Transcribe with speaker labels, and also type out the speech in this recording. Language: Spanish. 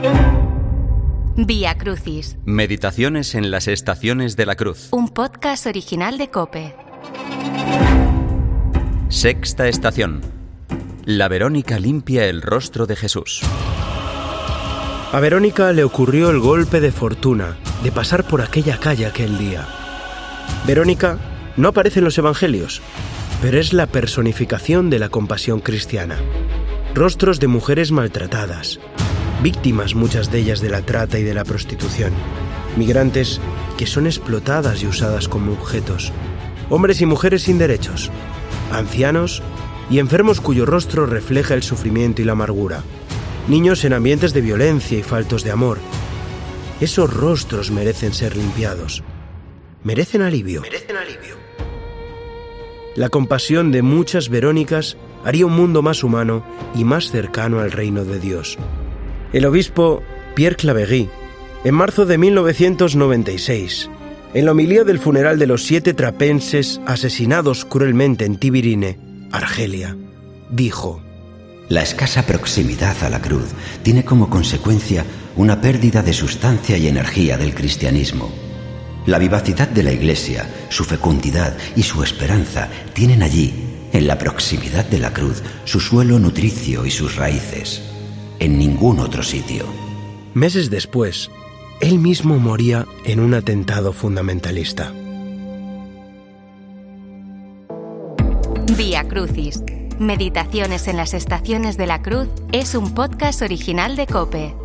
Speaker 1: Vía Crucis.
Speaker 2: Meditaciones en las estaciones de la cruz.
Speaker 1: Un podcast original de COPE.
Speaker 2: Sexta estación. La Verónica limpia el rostro de Jesús.
Speaker 3: A Verónica le ocurrió el golpe de fortuna de pasar por aquella calle aquel día. Verónica no aparece en los evangelios, pero es la personificación de la compasión cristiana. Rostros de mujeres maltratadas, víctimas muchas de ellas de la trata y de la prostitución, migrantes que son explotadas y usadas como objetos, hombres y mujeres sin derechos, ancianos y enfermos cuyo rostro refleja el sufrimiento y la amargura, niños en ambientes de violencia y faltos de amor. Esos rostros merecen ser limpiados, merecen alivio. La compasión de muchas Verónicas haría un mundo más humano y más cercano al reino de Dios. El obispo Pierre Claverie, en marzo de 1996, en la homilía del funeral de los 7 trapenses asesinados cruelmente en Tibirine, Argelia, dijo:
Speaker 4: La escasa proximidad a la cruz tiene como consecuencia una pérdida de sustancia y energía del cristianismo. La vivacidad de la Iglesia, su fecundidad y su esperanza tienen allí, en la proximidad de la cruz, su suelo nutricio y sus raíces. En ningún otro sitio.
Speaker 3: Meses después, él mismo moría en un atentado fundamentalista.
Speaker 1: Vía Crucis. Meditaciones en las estaciones de la cruz es un podcast original de COPE.